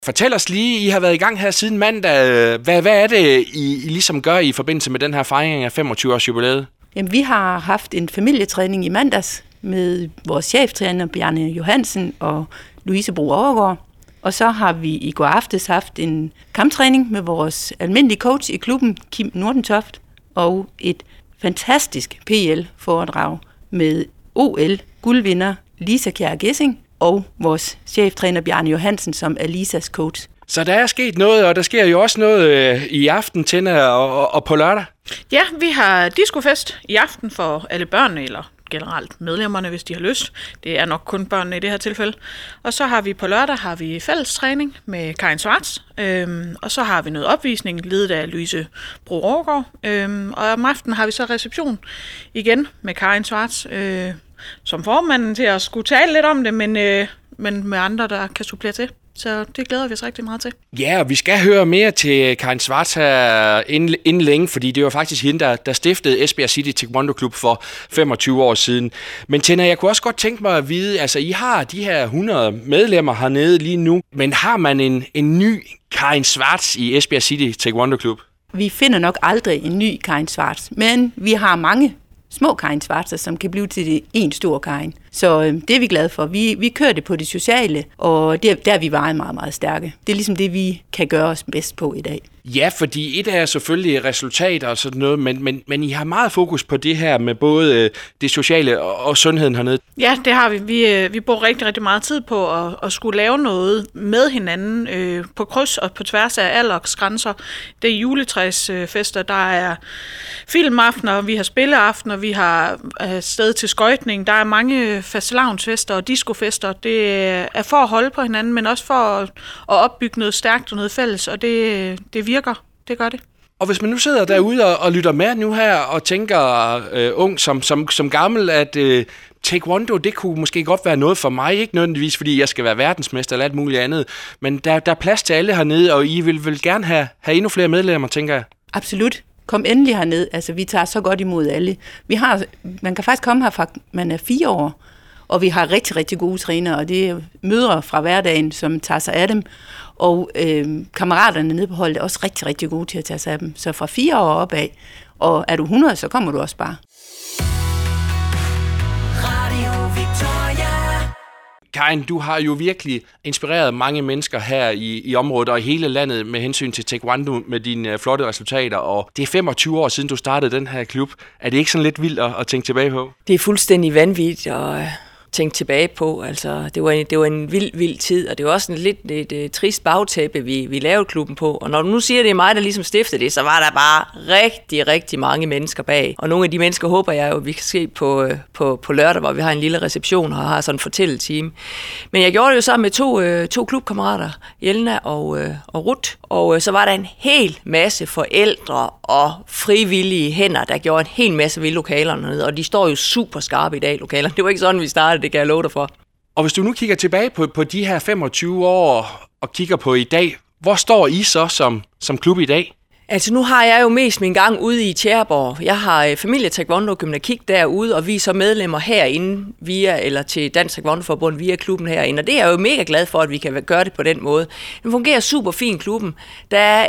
Fortæl os lige, I har været i gang her siden mandag. Hvad er det, I ligesom gør i forbindelse med den her fejring af 25-års jubilæet? Jamen, vi har haft en familietræning i mandags med vores cheftræner Bjarne Johansen og Louise Bro Overgaard. Og så har vi i går aftes haft en kamptræning med vores almindelige coach i klubben, Kim Nordentoft, og et fantastisk PL-foredrag med OL-guldvinder Lisa Kjær Gessing og vores cheftræner Bjarne Johansen, som er Lisas coach. Så der er sket noget, og der sker jo også noget i aften, Tina, og på lørdag. Ja, vi har discofest i aften for alle børnene, eller generelt medlemmerne, hvis de har lyst. Det er nok kun børnene i det her tilfælde. Og så har vi på lørdag fællestræning med Karin Schwartz, og så har vi noget opvisning, ledet af Louise Bro Overgaard. Og om aftenen har vi så reception igen med Karin Schwartz, som formanden til at skulle tale lidt om det, men med andre, der kan supplere til. Så det glæder vi os rigtig meget til. Ja, og vi skal høre mere til Karin Schwartz her inden længe, fordi det var faktisk hende, der stiftede Esbjerg City Taekwondo Klub for 25 år siden. Men Tina, jeg kunne også godt tænke mig at vide, altså I har de her 100 medlemmer hernede lige nu, men har man en ny Karin Schwartz i Esbjerg City Taekwondo Klub? Vi finder nok aldrig en ny Karin Schwartz, men vi har mange små Karin Schwarzer, som kan blive til en stor Karin. Så det er vi glade for. Vi kører det på det sociale, og der er vi meget, meget, meget stærke. Det er ligesom det, vi kan gøre os bedst på i dag. Ja, fordi et er selvfølgelig resultater og sådan noget, men I har meget fokus på det her med både det sociale og sundheden hernede. Ja, det har vi. Vi bruger rigtig, rigtig meget tid på at skulle lave noget med hinanden på kryds og på tværs af aldersgrænser. Det er juletræsfester, der er filmaftener, vi har spilleaftener, vi har sted til skøjtning, der er mange fastelavnsfester og discofester. Det er for at holde på hinanden, men også for at opbygge noget stærkt og noget fælles, og det virker. Det gør det. Og hvis man nu sidder derude og lytter med nu her og tænker ung som gammel, at taekwondo, det kunne måske godt være noget for mig, ikke nødvendigvis fordi jeg skal være verdensmester eller alt muligt andet, men der er plads til alle hernede, og I vil gerne have endnu flere medlemmer, tænker jeg. Absolut. Kom endelig herned. Altså, vi tager så godt imod alle. Man kan faktisk komme her fra, man er 4 år, og vi har rigtig, rigtig gode trænere, og det er mødre fra hverdagen, som tager sig af dem. Og kammeraterne nede på holdet er også rigtig, rigtig gode til at tage sig af dem. Så fra 4 år opad, og er du 100, så kommer du også bare. Radio Victoria. Karin, du har jo virkelig inspireret mange mennesker her i området og i hele landet med hensyn til taekwondo med dine flotte resultater, og det er 25 år siden, du startede den her klub. Er det ikke sådan lidt vildt at tænke tilbage på? Det er fuldstændig vanvittigt at tænke tilbage på. Altså, det var en vild tid, og det var også et trist bagtæppe, vi lavede klubben på. Og når du nu siger, at det er mig, der ligesom stiftede det, så var der bare rigtig, rigtig mange mennesker bag. Og nogle af de mennesker håber jeg jo, vi kan se på lørdag, hvor vi har en lille reception og har sådan en fortælleteam. Men jeg gjorde det jo sammen med to klubkammerater, Jelna og Ruth. Og så var der en hel masse forældre og frivillige hænder, der gjorde en hel masse ved lokalerne nede. Og de står jo super skarpe i dag, lokalerne. Det var ikke sådan, vi startede, det kan jeg love dig for. Og hvis du nu kigger tilbage på de her 25 år og kigger på i dag, hvor står I så som klub i dag? Altså nu har jeg jo mest min gang ude i Tjæreborg. Jeg har familie Taekwondo Gymnastik derude, og vi er så medlemmer herinde eller til Dansk Taekwondo Forbund via klubben herinde. Og det er jeg jo mega glad for, at vi kan gøre det på den måde. Den fungerer super fint, klubben. Der er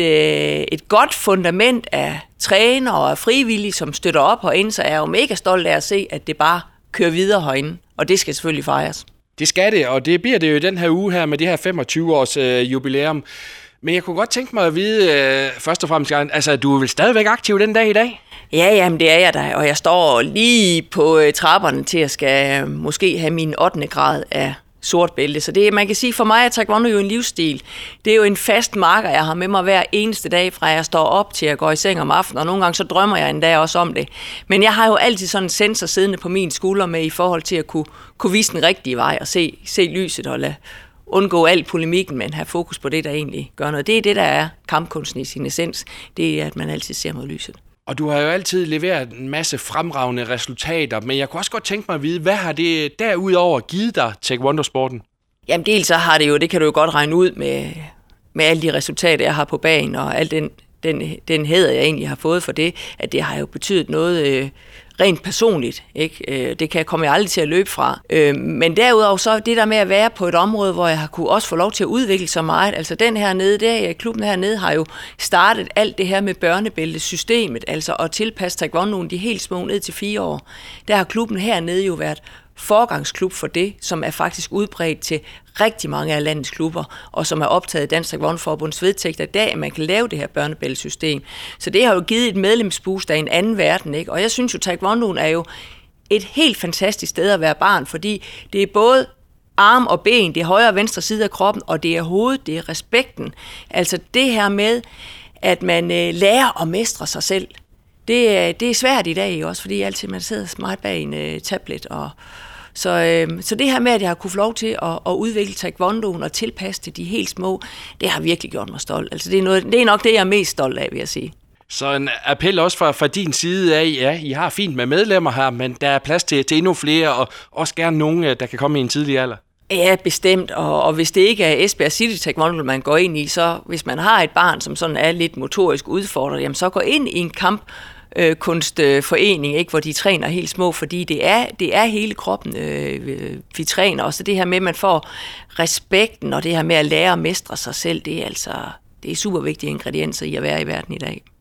et godt fundament af trænere og frivillige, som støtter op herinde, så jeg er jo mega stolt af at se, at det bare kører videre herinde. Og det skal selvfølgelig fejres. Det skal det, og det bliver det jo den her uge her med det her 25-års jubilæum. Men jeg kunne godt tænke mig at vide, først og fremmest, altså du er vel stadigvæk aktiv den dag i dag? Ja, jamen det er jeg da, og jeg står lige på trapperne til at skal måske have min 8. grad af sort bælte. Så det, man kan sige, for mig er taekwondo jo en livsstil. Det er jo en fast marker, jeg har med mig hver eneste dag, fra jeg står op til at gå i seng om aftenen, og nogle gange så drømmer jeg endda også om det. Men jeg har jo altid sådan en sensor siddende på min skulder med i forhold til at kunne vise den rigtige vej og se lyset og undgå al polemikken, men have fokus på det, der egentlig gør noget. Det er det, der er kampkunsten i sin essens. Det er, at man altid ser mod lyset. Og du har jo altid leveret en masse fremragende resultater, men jeg kunne også godt tænke mig at vide, hvad har det derudover givet dig taekwondo-sporten? Jamen dels så har det jo, det kan du jo godt regne ud med alle de resultater, jeg har på banen, og al den hæder, jeg egentlig har fået for det, at det har jo betydet noget rent personligt, ikke? Det kommer jeg aldrig til at løbe fra. Men derudover så det der med at være på et område, hvor jeg har kunne også få lov til at udvikle så meget. Altså den hernede, klubben hernede har jo startet alt det her med børnebæltesystemet, altså at tilpasse taekwondoen de helt små ned til 4 år. Der har klubben hernede jo været forgangsklub for det, som er faktisk udbredt til rigtig mange af landets klubber, og som er optaget i Dansk Taekwondo Forbunds vedtægter i dag, at man kan lave det her børnebæltesystem. Så det har jo givet et medlemsboost af en anden verden, ikke? Og jeg synes jo, taekwondoen er jo et helt fantastisk sted at være barn, fordi det er både arm og ben, det er højre og venstre side af kroppen, og det er hovedet, det er respekten. Altså det her med, at man lærer at mestre sig selv, det er svært i dag også, fordi altid man sidder meget bag en tablet. Så det her med, at jeg har kunne få lov til at udvikle taekwondoen og tilpasse til de helt små, det har virkelig gjort mig stolt. Altså det er nok det, jeg er mest stolt af, vil jeg sige. Så en appel også fra din side af, ja, I har fint med medlemmer her, men der er plads til endnu flere, og også gerne nogen, der kan komme i en tidlig alder. Ja, bestemt, og hvis det ikke er Esbjerg City Taekwondo, man går ind i, så hvis man har et barn, som sådan er lidt motorisk udfordret, jamen så gå ind i en kampkunstforening, ikke, hvor de træner helt små, fordi det er hele kroppen, vi træner, og så det her med, at man får respekten, og det her med at lære at mestre sig selv, det er super vigtige ingredienser i at være i verden i dag.